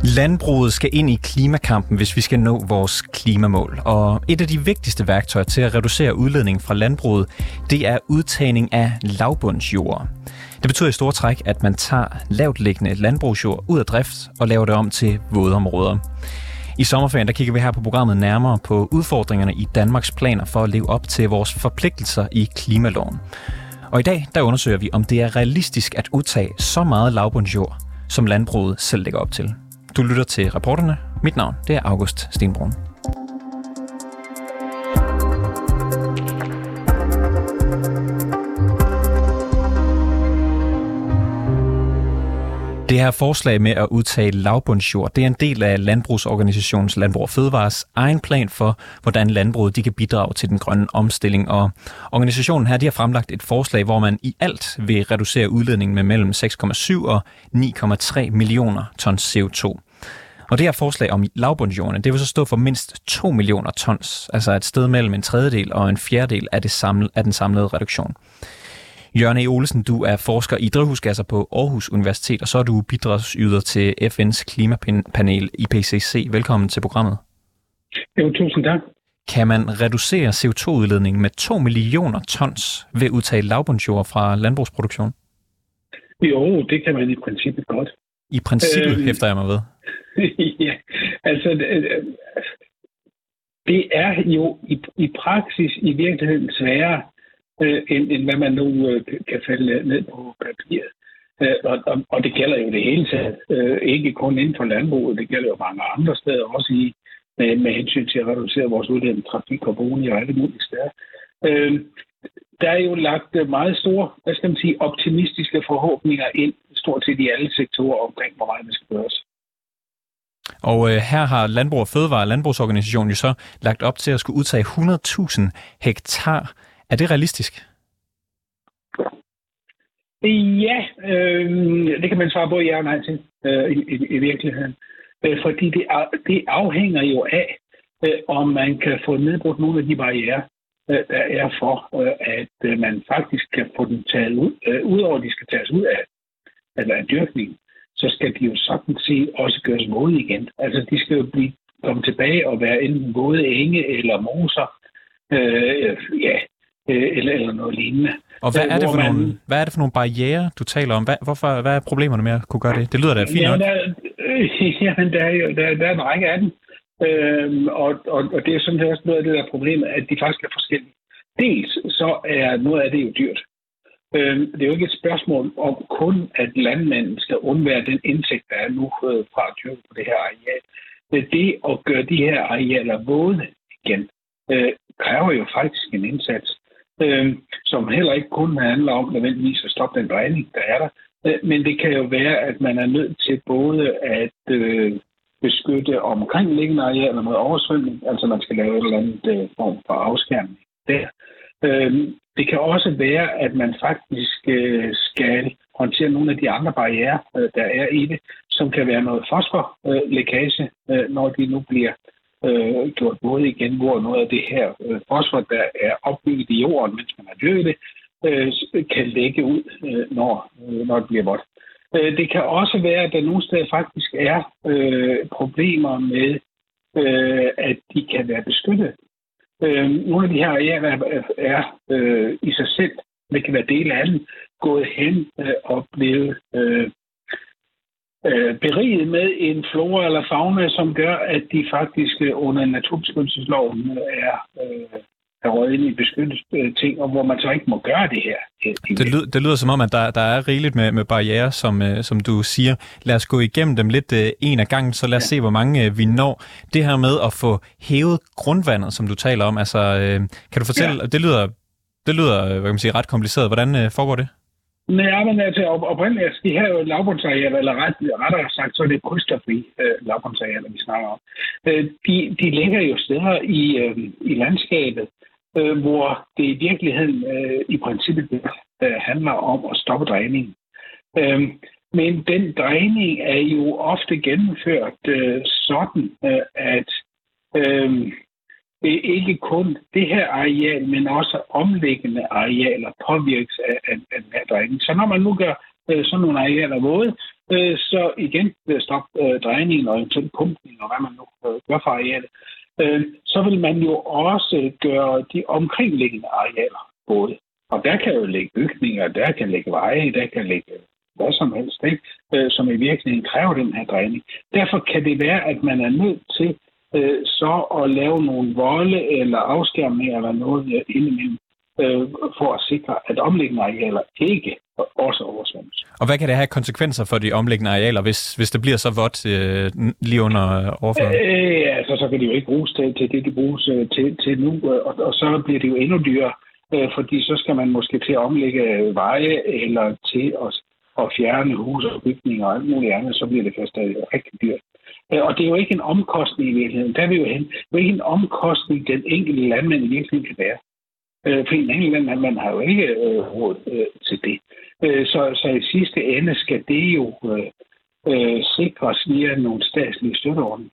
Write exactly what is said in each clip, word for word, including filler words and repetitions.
Landbruget skal ind i klimakampen, hvis vi skal nå vores klimamål. Og et af de vigtigste værktøjer til at reducere udledningen fra landbruget, det er udtagning af lavbundsjord. Det betyder i store træk, at man tager lavtliggende landbrugsjord ud af drift og laver det om til vådområder. I sommerferien der kigger vi her på programmet nærmere på udfordringerne i Danmarks planer for at leve op til vores forpligtelser i klimaloven. Og i dag der undersøger vi, om det er realistisk at udtage så meget lavbundsjord, som landbruget selv lægger op til. Du lytter til Reporterne. Mit navn det er August Stenbrun. Det her forslag med at udtage lavbundsjord, det er en del af landbrugsorganisationens Landbrug og Fødevares egen plan for, hvordan landbruget de kan bidrage til den grønne omstilling. Og organisationen her de har fremlagt et forslag, hvor man i alt vil reducere udledningen med mellem seks komma syv og ni komma tre millioner tons C O to. Og det her forslag om lavbundsjordene, det vil så stå for mindst to millioner tons, altså et sted mellem en tredjedel og en fjerdedel af, det samlede, af den samlede reduktion. Jørgen E. Olesen, du er forsker i drivhusgasser på Aarhus Universitet, og så er du bidragsyder til F N's klimapanel I P C C. Velkommen til programmet. Jo, tusind tak. Kan man reducere C O to udledningen med to millioner tons ved at udtage lavbundsjord fra landbrugsproduktion? Jo, det kan man i princippet godt. I princippet øh, hæfter jeg mig ved. Ja, altså det er jo i, i praksis i virkeligheden sværere, øh, end, end hvad man nu øh, kan falde ned på papiret. Øh, og, og, og det gælder jo det hele taget. Øh, ikke kun inden for landbruget, det gælder jo mange andre steder, også i, med, med hensyn til at reducere vores udledning trafik, karbon og alle mulige steder. Øh, der er jo lagt meget store, hvad skal man sige, optimistiske forhåbninger ind, stort set i alle sektorer omkring, hvor meget det skal gøres. Og øh, her har Landbrug og Fødevare, Landbrugsorganisationen jo så lagt op til at skulle udtage hundrede tusind hektar. Er det realistisk? Ja, øh, det kan man svare både ja og nej til øh, i, i, i virkeligheden. Øh, fordi det, det afhænger jo af, øh, om man kan få nedbrudt nogle af de barrierer, øh, der er for, øh, at øh, man faktisk kan få dem taget ud. Øh, Udover at de skal tages ud af, altså af dyrkningen, så skal de jo sådan set også gøres våde igen. Altså, de skal jo blive, komme tilbage og være enten våde enge eller moser, øh, ja, øh, eller, eller noget lignende. Og hvad er, det for man, nogle, hvad er det for nogle barrierer, du taler om? Hvad, hvorfor, hvad er problemerne med at kunne gøre det? Det lyder da fint ja, nok. Der, øh, jamen, der er jo der, der er en række af dem. Øh, og, og, og det er sådan også noget af det der problem, at de faktisk er forskellige. Dels så er noget af det jo dyrt. Det er jo ikke et spørgsmål om kun, at landmanden skal undvære den indtægt, der er nu fra at dyrke på det her areal. Det at gøre de her arealer våde igen, kræver jo faktisk en indsats, som heller ikke kun handler om nødvendigvis at stoppe den dræning, der er der. Men det kan jo være, at man er nødt til både at beskytte omkringliggende arealer mod oversvømning, altså man skal lave et eller andet form for afskærmning der. Det kan også være, at man faktisk øh, skal håndtere nogle af de andre barrierer, øh, der er i det, som kan være noget fosforlækage, øh, når de nu bliver øh, gjort våde igen, hvor noget af det her øh, fosfor, der er opbygget i jorden, mens man har dyrket det, øh, kan lægge ud, øh, når, øh, når det bliver vådt. Øh, det kan også være, at der nogle steder faktisk er øh, problemer med, øh, at de kan være beskyttet. Øh, nogle af de her arealer er, er øh, i sig selv, det kan være dele af den, gået hen øh, og blevet øh, øh, beriget med en flora eller fauna, som gør, at de faktisk under naturbeskyttelsesloven er, øh, er røget ind i beskyttet øh, ting, og hvor man så ikke må gøre det her. Det lyder, det lyder som om, at der, der er rigeligt med, med barrierer, som, øh, som du siger. Lad os gå igennem dem lidt øh, en af gangen, så lad os ja. se, hvor mange øh, vi når. Det her med at få hævet grundvandet, som du taler om, altså, øh, kan du fortælle, ja. det lyder, det lyder hvad kan man sige, ret kompliceret. Hvordan øh, foregår det? Nej, men altså oprindeligt, altså, de her lavbundsarealer, eller ret, rettere sagt, så er det kulstofrige øh, lavbundsarealer, vi snakker om. Øh, de, de ligger jo steder i, øh, i landskabet, øh, hvor det i virkeligheden øh, i princippet øh, handler om at stoppe dræningen. Øh, men den dræning er jo ofte gennemført øh, sådan, øh, at øh, det er ikke kun det her areal, men også omliggende arealer påvirkes af, af, af den her dræning. Så når man nu gør øh, sådan nogle arealer våde, øh, så igen ved at stoppe øh, drejningen og eventuelt pumpning og hvad man nu øh, gør for arealet, øh, så vil man jo også gøre de omkringliggende arealer både. Og der kan jo ligge bygninger, der kan ligge veje, der kan ligge hvad som helst, ikke? Øh, som i virkeligheden kræver den her drejning. Derfor kan det være, at man er nødt til øh, så at lave nogle volde eller afskærmninger eller noget indimellem, øh, for at sikre, at omliggende arealer ikke også oversvømmes. Og hvad kan det have konsekvenser for de omliggende arealer, hvis, hvis det bliver så vådt øh, lige under overfladen? Øh, altså, så kan det jo ikke bruges til, til det, det bruges til, til nu, og, og så bliver det jo endnu dyrere, øh, fordi så skal man måske til at omlægge veje eller til at og fjerne huse og bygninger og alt muligt andet, så bliver det først rigtig dyrt. Og det er jo ikke en omkostning i virkeligheden. Der er vi jo hen. Det er jo ikke en omkostning, den enkelte landmand i virkeligheden kan være. Fordi den enkelte landmand, man har jo ikke øh, råd øh, til det. Så, så i sidste ende skal det jo øh, sikres via nogle statslige støtteordninger.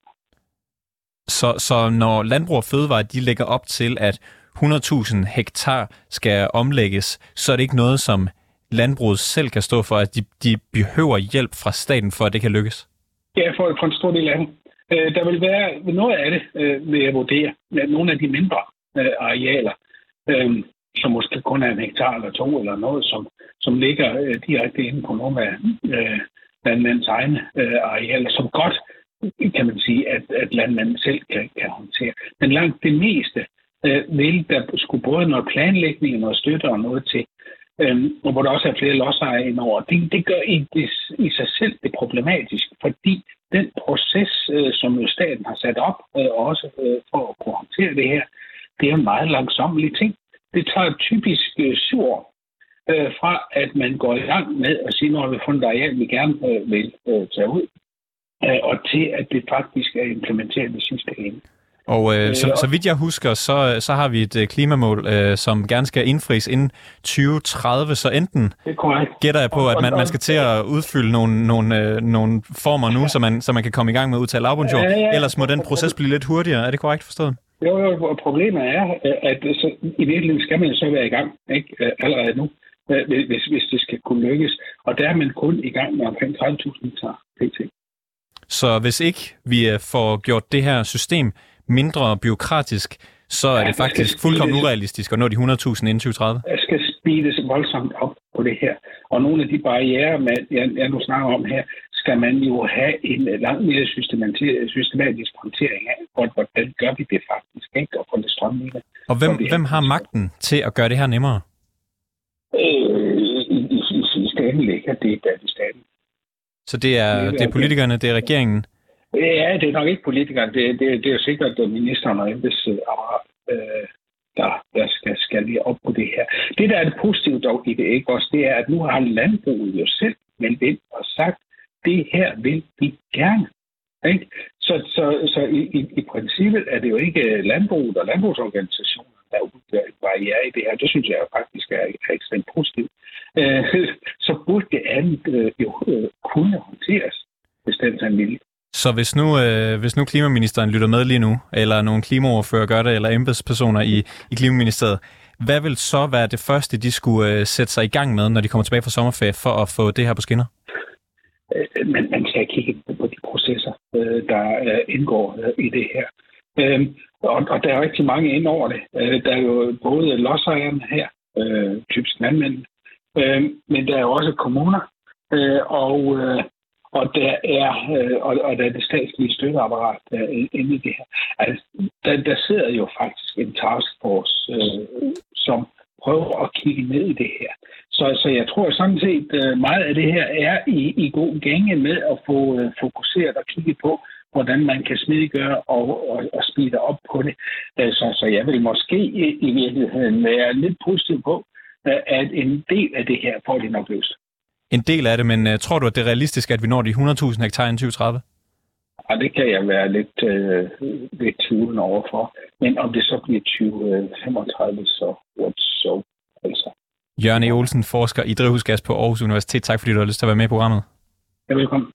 Så, så når Landbrug og Fødevare, de lægger op til, at hundrede tusind hektar skal omlægges, så er det ikke noget, som landbruget selv kan stå for, at de, de behøver hjælp fra staten for, at det kan lykkes? Ja, for, for en stor del af det. Øh, der vil være noget af det, øh, vil jeg vurdere, at nogle af de mindre øh, arealer, øh, som måske kun er en hektar eller to eller noget, som, som ligger øh, direkte inde på nogle af øh, landmandens egne øh, arealer, som godt, kan man sige, at, at landmanden selv kan, kan håndtere. Men langt det meste øh, vil der skulle både noget planlægning og noget støtte og noget til, Øhm, og hvor der også er flere lodsejere indover. Det, det gør i, det, i sig selv det problematisk, fordi den proces, øh, som jo staten har sat op, øh, også øh, for at kunne håndtere det her, det er en meget langsomlig ting. Det tager typisk øh, syv år øh, fra, at man går i gang med at sige, når vi har fundet areal, vi gerne øh, vil øh, tage ud, øh, og til at det faktisk er implementeret i sidste ende. Og øh, så, så vidt jeg husker, så, så har vi et øh, klimamål, øh, som gerne skal indfries inden tyve tredive, så enten gætter jeg på, at man, man skal til at udfylde nogle, nogle, øh, nogle former nu, så man, så man kan komme i gang med at udtage lavbundsjord. Ja, ja. Ellers må den proces blive lidt hurtigere. Er det korrekt forstået? Jo, jo, og problemet er, at så, i virkeligheden skal man så være i gang, ikke? Allerede nu, hvis, hvis det skal kunne lykkes. Og der er man kun i gang med omkring tredive tusind hektar P T. Så hvis ikke vi får gjort det her system mindre byråkratisk, så er det faktisk fuldkommen urealistisk at nå de hundrede tusind inden tyve tredive. Jeg skal speedes voldsomt op på det her. Og nogle af de barrierer, man, jeg, jeg nu snakker om her, skal man jo have en langt mere systematisk håndtering af, hvordan gør vi det faktisk, ikke? Og få det strømligere. Og hvem, hvem har magten til at gøre det her nemmere? Øh, I i, i sidste ende ligger det der i staten. Så det er, det er politikerne, det er regeringen? Ja, det er nok ikke politikerne. Det, det, det er jo sikkert, at ministeren og embedsapparat, øh, der, der skal, skal lige op på det her. Det, der er det positive dog i det, ikke også, det er, at nu har landbruget jo selv meldt ind og sagt, det her vil vi gerne. Ikke? Så, så, så i, i, i princippet er det jo ikke landbruget og landbrugsorganisationer, der udgør en barriere i det her. Det synes jeg faktisk er, er ekstremt positivt. Øh, så burde det andet øh, jo øh, kunne håndteres, hvis den er vildt. Så hvis nu, øh, hvis nu klimaministeren lytter med lige nu, eller nogle klimaordfører gør det, eller embedspersoner i, i Klimaministeriet, hvad vil så være det første, de skulle øh, sætte sig i gang med, når de kommer tilbage fra sommerferie, for at få det her på skinner? Øh, man, man skal kigge på de processer, øh, der øh, indgår øh, i det her. Øh, og, og der er rigtig mange ind over det. Øh, der er jo både lodsejerne her, øh, typisk landmænd, øh, men der er også kommuner, øh, og øh, Og der er øh, og, og der er det statslige støtteapparat øh, inde i det her. Altså, der, der sidder jo faktisk en taskforce, øh, som prøver at kigge ned i det her. Så, så jeg tror sådan set, øh, meget af det her er i, i god gænge med at få øh, fokuseret og kigge på, hvordan man kan smidiggøre og, og, og speede op på det. Øh, så, så jeg vil måske i, i virkeligheden være lidt positiv på, øh, at en del af det her får de nok løst. En del af det, men uh, tror du, at det er realistisk, at vi når de hundrede tusind hektar inden tyve tredive? Ja, det kan jeg være lidt, øh, lidt tvivlende overfor. Men om det så bliver tyve femogtredive, så what so, altså. Jørgen E. Olsen, forsker i drivhusgas på Aarhus Universitet. Tak fordi du har lyst til at være med i programmet. Ja, velkommen.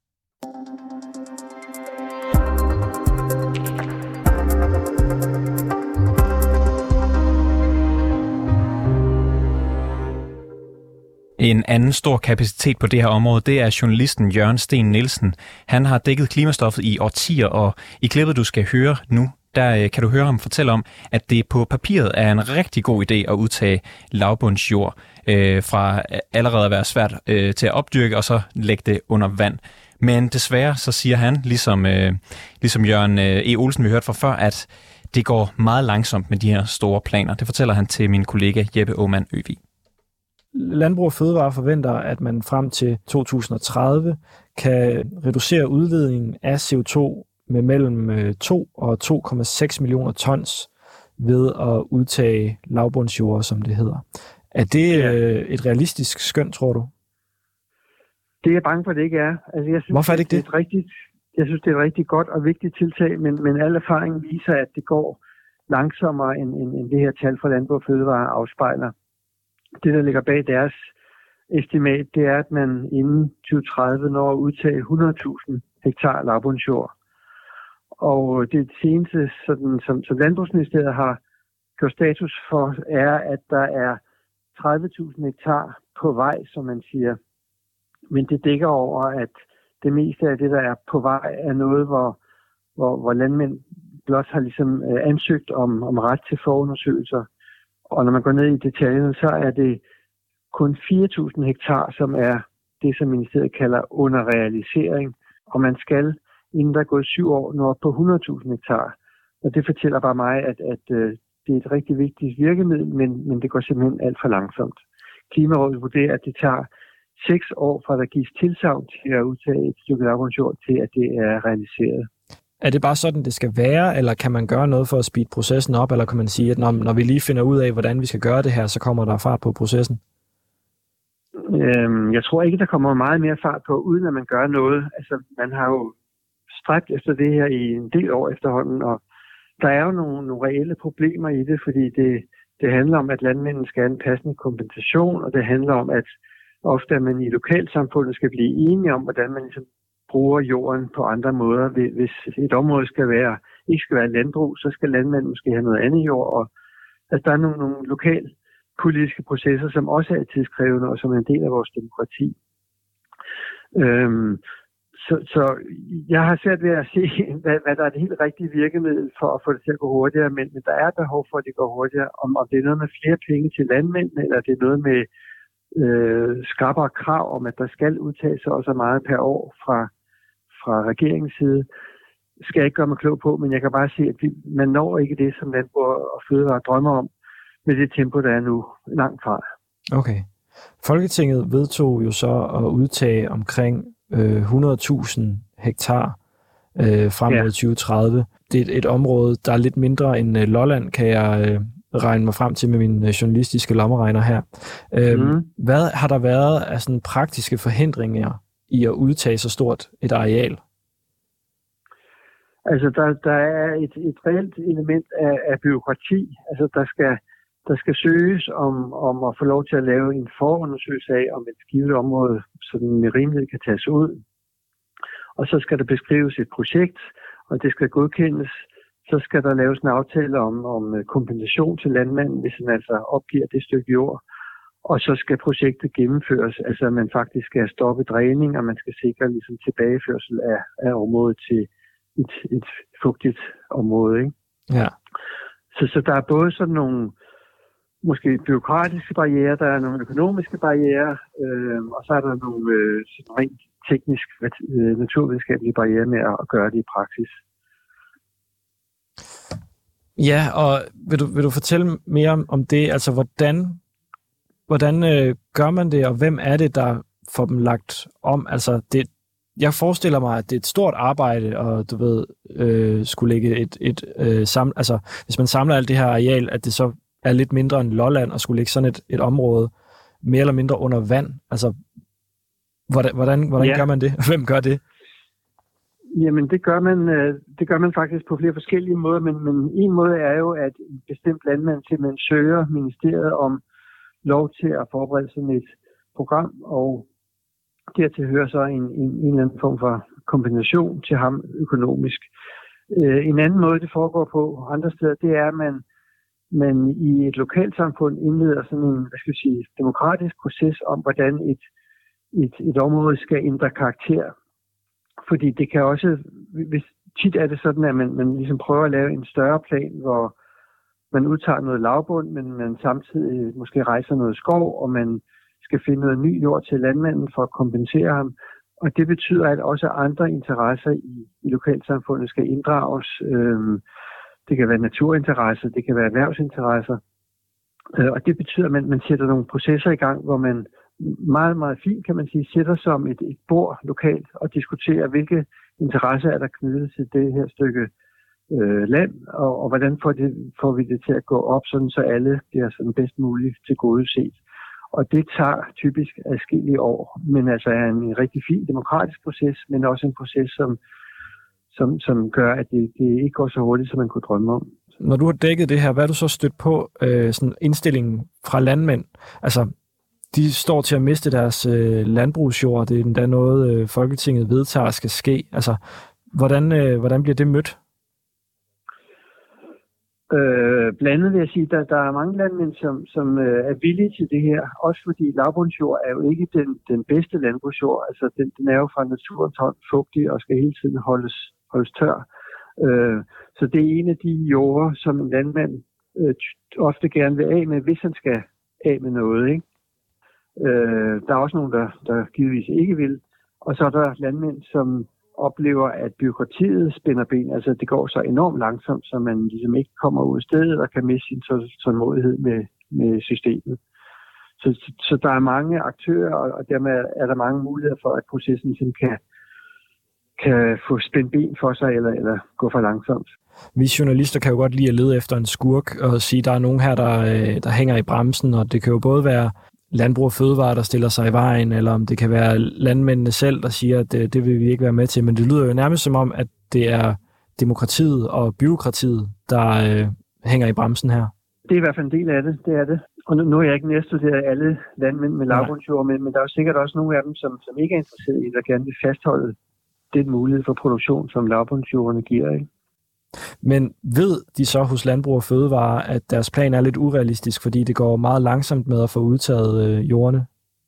En anden stor kapacitet på det her område, det er journalisten Jørgen Sten Nielsen. Han har dækket klimastoffet i årtier, og i klippet, du skal høre nu, der kan du høre ham fortælle om, at det på papiret er en rigtig god idé at udtage lavbundsjord øh, fra allerede at være svært øh, til at opdyrke, og så lægge det under vand. Men desværre så siger han, ligesom, øh, ligesom Jørgen E. Olsen, vi hørte fra før, at det går meget langsomt med de her store planer. Det fortæller han til min kollega Jeppe Aumann Øvig. Landbrug og Fødevare forventer, at man frem til to tusind og tredive kan reducere udledningen af C O to med mellem to og to komma seks millioner tons ved at udtage lavbundsjord, som det hedder. Er det ja. et realistisk skøn, tror du? Det er jeg bange for, at det ikke er. Altså, jeg synes, Hvorfor er det ikke det? det er et rigtigt, jeg synes, det er et rigtig godt og vigtigt tiltag, men, men al erfaring viser, at det går langsommere, end, end, end det her tal fra Landbrug og Fødevare afspejler. Det, der ligger bag deres estimat, det er, at man inden tyve tredive når at udtage hundrede tusind hektar lavbundsjord. Og det seneste, sådan, som, som Landbrugsministeriet har gjort status for, er, at der er tredive tusind hektar på vej, som man siger. Men det dækker over, at det meste af det, der er på vej, er noget, hvor, hvor, hvor landmænd blot har ligesom ansøgt om, om ret til forundersøgelser. Og når man går ned i detaljerne, så er det kun fire tusind hektar, som er det, som ministeriet kalder under realisering. Og man skal, inden der er gået syv år, nå op på hundrede tusind hektar. Og det fortæller bare mig, at, at det er et rigtig vigtigt virkemiddel, men, men det går simpelthen alt for langsomt. Klimarådet vurderer, at det tager seks år fra der gives tilsagn til at udtage et stykke lavbundsjord til, at det er realiseret. Er det bare sådan, det skal være, eller kan man gøre noget for at speede processen op, eller kan man sige, at når, når vi lige finder ud af, hvordan vi skal gøre det her, så kommer der fart på processen? Øhm, jeg tror ikke, der kommer meget mere fart på, uden at man gør noget. Altså, man har jo stræbt efter det her i en del år efterhånden, og der er jo nogle, nogle reelle problemer i det, fordi det, det handler om, at landmændene skal have en passende kompensation, og det handler om, at ofte at man i lokalsamfundet skal blive enige om, hvordan man ligesom bruger jorden på andre måder. Hvis et område skal være, ikke skal være landbrug, så skal landmænd måske have noget andet jord. Og, altså, der er nogle, nogle lokale politiske processer, som også er tidskrævende, og som er en del af vores demokrati. Øhm, så, så jeg har svært ved at se, hvad, hvad der er det helt rigtige virkemiddel for at få det til at gå hurtigere, men, men der er behov for, at det går hurtigere. Om, om det er noget med flere penge til landmændene, eller det er noget med øh, skrappere krav om, at der skal udtages så også meget per år fra fra regeringens side, skal jeg ikke gøre mig klog på, men jeg kan bare se, at vi, man når ikke det, som Landbrug og Fødevare drømmer om, med det tempo, der er nu langt fra. Okay. Folketinget vedtog jo så at udtage omkring øh, hundrede tusind hektar øh, frem mod ja. tyve tredive. Det er et, et område, der er lidt mindre end øh, Lolland, kan jeg øh, regne mig frem til med min øh, journalistiske lommeregner her. Øh, mm. Hvad har der været af sådan praktiske forhindringer i at udtage så stort et areal? Altså, der, der er et, et reelt element af, af byråkrati. Altså, der skal, der skal søges om, om at få lov til at lave en forundersøgelse af, om et givet område sådan med rimelighed kan tages ud. Og så skal der beskrives et projekt, og det skal godkendes. Så skal der laves en aftale om, om kompensation til landmanden, hvis han altså opgiver det stykke jord. Og så skal projektet gennemføres, altså at man faktisk skal stoppe dræning, og man skal sikre ligesom tilbageførsel af, af området til et, et fugtigt område. Ikke? Ja. Så, så der er både sådan nogle måske byråkratiske barrierer, der er nogle økonomiske barrierer, øh, og så er der nogle øh, sådan rent teknisk, øh, naturvidenskabelige barrierer med at gøre det i praksis. Ja, og vil du, vil du fortælle mere om, om det? Altså, hvordan Hvordan øh, gør man det, og hvem er det, der får dem lagt om? Altså, det, jeg forestiller mig, at det er et stort arbejde, og du ved, øh, skulle lægge et, et øh, sam, altså, hvis man samler alt det her areal, at det så er lidt mindre end Lolland, og skulle lægge sådan et, et område mere eller mindre under vand. Altså, hvordan, hvordan, hvordan ja. gør man det? Hvem gør det? Jamen, det gør man, det gør man faktisk på flere forskellige måder, men, men en måde er jo, at en bestemt landmand simpelthen søger ministeriet om lov til at forberede sådan et program, og dertil hører så en, en, en eller anden form for kompensation til ham økonomisk. Øh, en anden måde, det foregår på andre steder, det er, at man man i et lokalsamfund indleder sådan en, hvad skal jeg sige, demokratisk proces om, hvordan et, et, et område skal ændre karakter. Fordi det kan også, hvis tit er det sådan, at man, man ligesom prøver at lave en større plan, hvor man udtager noget lavbund, men man samtidig måske rejser noget skov, og man skal finde noget ny jord til landmanden for at kompensere ham. Og det betyder, at også andre interesser i, i lokalsamfundet skal inddrages. Øhm, det kan være naturinteresser, det kan være erhvervsinteresser. Øh, og det betyder, at man, man sætter nogle processer i gang, hvor man meget, meget fint, kan man sige, sætter som et, et bord lokalt og diskuterer, hvilke interesser er der knyttet til det her stykke øh, land, og, og hvordan får, det, får vi det til at gå op, sådan så alle bliver sådan bedst muligt tilgodeset. Og det tager typisk adskillige år, men altså er en rigtig fin demokratisk proces, men også en proces, som, som, som gør, at det, det ikke går så hurtigt, som man kunne drømme om. Når du har dækket det her, hvad er du så stødt på øh, sådan indstillingen fra landmænd? Altså, de står til at miste deres øh, landbrugsjord, det er endda noget, øh, Folketinget vedtager skal ske. Altså, hvordan, øh, hvordan bliver det mødt? Øh, blandet vil jeg sige, der, der er mange landmænd, som, som øh, er villige til det her. Også fordi lavbundsjord er jo ikke den, den bedste landbrugsjord. Altså, den, den er jo fra naturens hånd fugtig og skal hele tiden holdes, holdes tør. Øh, så det er en af de jorder, som en landmand øh, ofte gerne vil af med, hvis han skal af med noget, ikke? Øh, der er også nogen, der, der givetvis ikke vil. Og så er der landmænd, som oplever, at byråkratiet spænder ben. Altså, det går så enormt langsomt, så man ligesom ikke kommer ud af stedet og kan miste sin tålmodighed med, med systemet. Så, så, så der er mange aktører, og, og dermed er der mange muligheder for, at processen ligesom kan, kan få spændt ben for sig, eller, eller gå for langsomt. Vi journalister kan jo godt lide at lede efter en skurk og sige, at der er nogen her, der, der hænger i bremsen, og det kan jo både være Landbrug og Fødevare, der stiller sig i vejen, eller om det kan være landmændene selv, der siger, at det, det vil vi ikke være med til. Men det lyder jo nærmest som om, at det er demokratiet og byråkratiet, der øh, hænger i bremsen her. Det er i hvert fald en del af det, det er det. Og nu, nu er jeg ikke nærstuderet alle landmænd med lavbundsjord, men, men der er jo sikkert også nogle af dem, som, som ikke er interesseret i, der gerne vil fastholde den mulighed for produktion, som lavbundsjordene giver, ikke? Men ved de så hos Landbrug og Fødevare, at deres plan er lidt urealistisk, fordi det går meget langsomt med at få udtaget øh, jordene?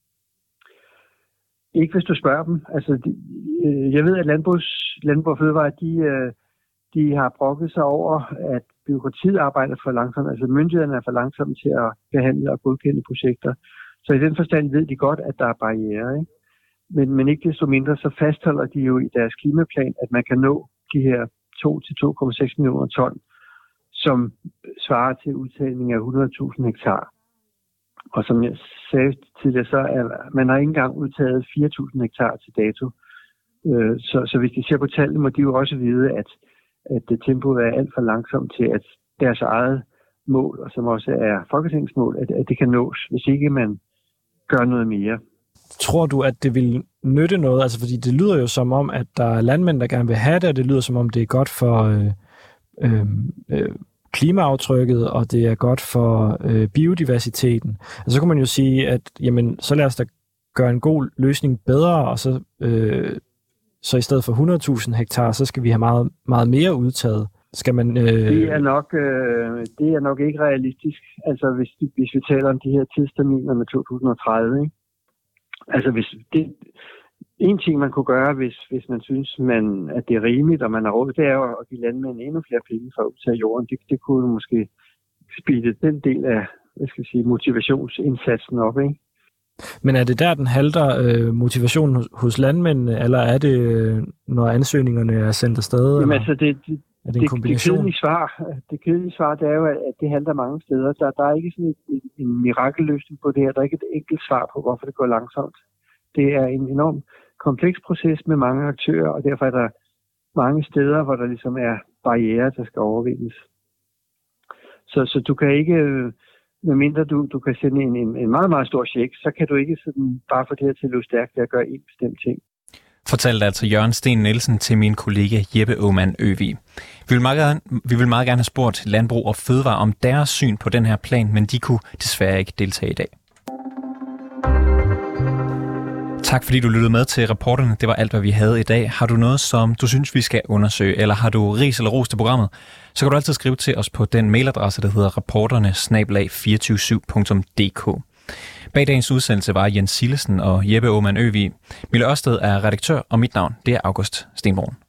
Ikke hvis du spørger dem. Altså, de, øh, jeg ved, at Landbrugs, Landbrug og Fødevare, de, øh, de har brokket sig over, at byråkratiet arbejder for langsomt. Altså myndighederne er for langsomme til at behandle og godkende projekter. Så i den forstand ved de godt, at der er barrierer, ikke? Men, men ikke desto mindre, så fastholder de jo i deres klimaplan, at man kan nå de her to til to komma seks millioner ton, som svarer til udtagning af hundrede tusind hektar. Og som jeg sagde tidligere, så er man har ikke engang udtaget fire tusind hektar til dato. Så, så hvis de ser på tallene, må de jo også vide, at, at det tempoet er alt for langsomt til, at deres eget mål, og som også er Folketingets mål, at, at det kan nås, hvis ikke man gør noget mere. Tror du, at det vil nytte noget? Altså, fordi det lyder jo som om, at der er landmænd, der gerne vil have det, og det lyder som om, det er godt for øh, øh, øh, klimaaftrykket, og det er godt for øh, biodiversiteten. Altså, så kan man jo sige, at jamen, så lad os da gøre en god løsning bedre, og så, øh, så i stedet for hundrede tusind hektar, så skal vi have meget, meget mere udtaget. Skal man, øh... det, er nok, øh, det er nok ikke realistisk. Altså, hvis, hvis vi taler om de her tidsterminer med to tusind og tredive, ikke? Altså, hvis det, en ting, man kunne gøre, hvis, hvis man synes, man, at det er rimeligt, og man har råd, det er jo at give landmænd endnu flere penge for at udtage jorden. Det, det kunne måske speede den del af, hvad skal jeg sige, motivationsindsatsen op, ikke? Men er det der, den halter øh, motivationen hos, hos landmændene, eller er det, øh, når ansøgningerne er sendt afsted? Jamen altså, det, det, er det, det, det, kedelige svar, det kedelige svar, det er jo, at det halter mange steder. Der, der er ikke sådan et, en, en mirakelløsning på det her. Der er ikke et enkelt svar på, hvorfor det går langsomt. Det er en enorm kompleks proces med mange aktører, og derfor er der mange steder, hvor der ligesom er barrierer, der skal overvindes. Så, så du kan ikke, medmindre du, du kan sende en, en, en meget, meget stor check, så kan du ikke sådan bare få det her til at løbe stærkt ved at gøre en bestemt ting. Fortalte altså Jørgen Sten Nielsen til min kollega Jeppe Aumann Øvig. Vi vil, meget gerne, vi vil meget gerne have spurgt Landbrug og Fødevare om deres syn på den her plan, men de kunne desværre ikke deltage i dag. Tak fordi du lyttede med til Reporterne. Det var alt, hvad vi havde i dag. Har du noget, som du synes, vi skal undersøge, eller har du ris eller ros til programmet, så kan du altid skrive til os på den mailadresse, der hedder reporterne bindestreg to fire syv punktum d k. Bag dagens udsendelse var Jens Sillesen og Jeppe Aumann Øvig. Mille Ørsted er redaktør, og mit navn det er August Stenbrun.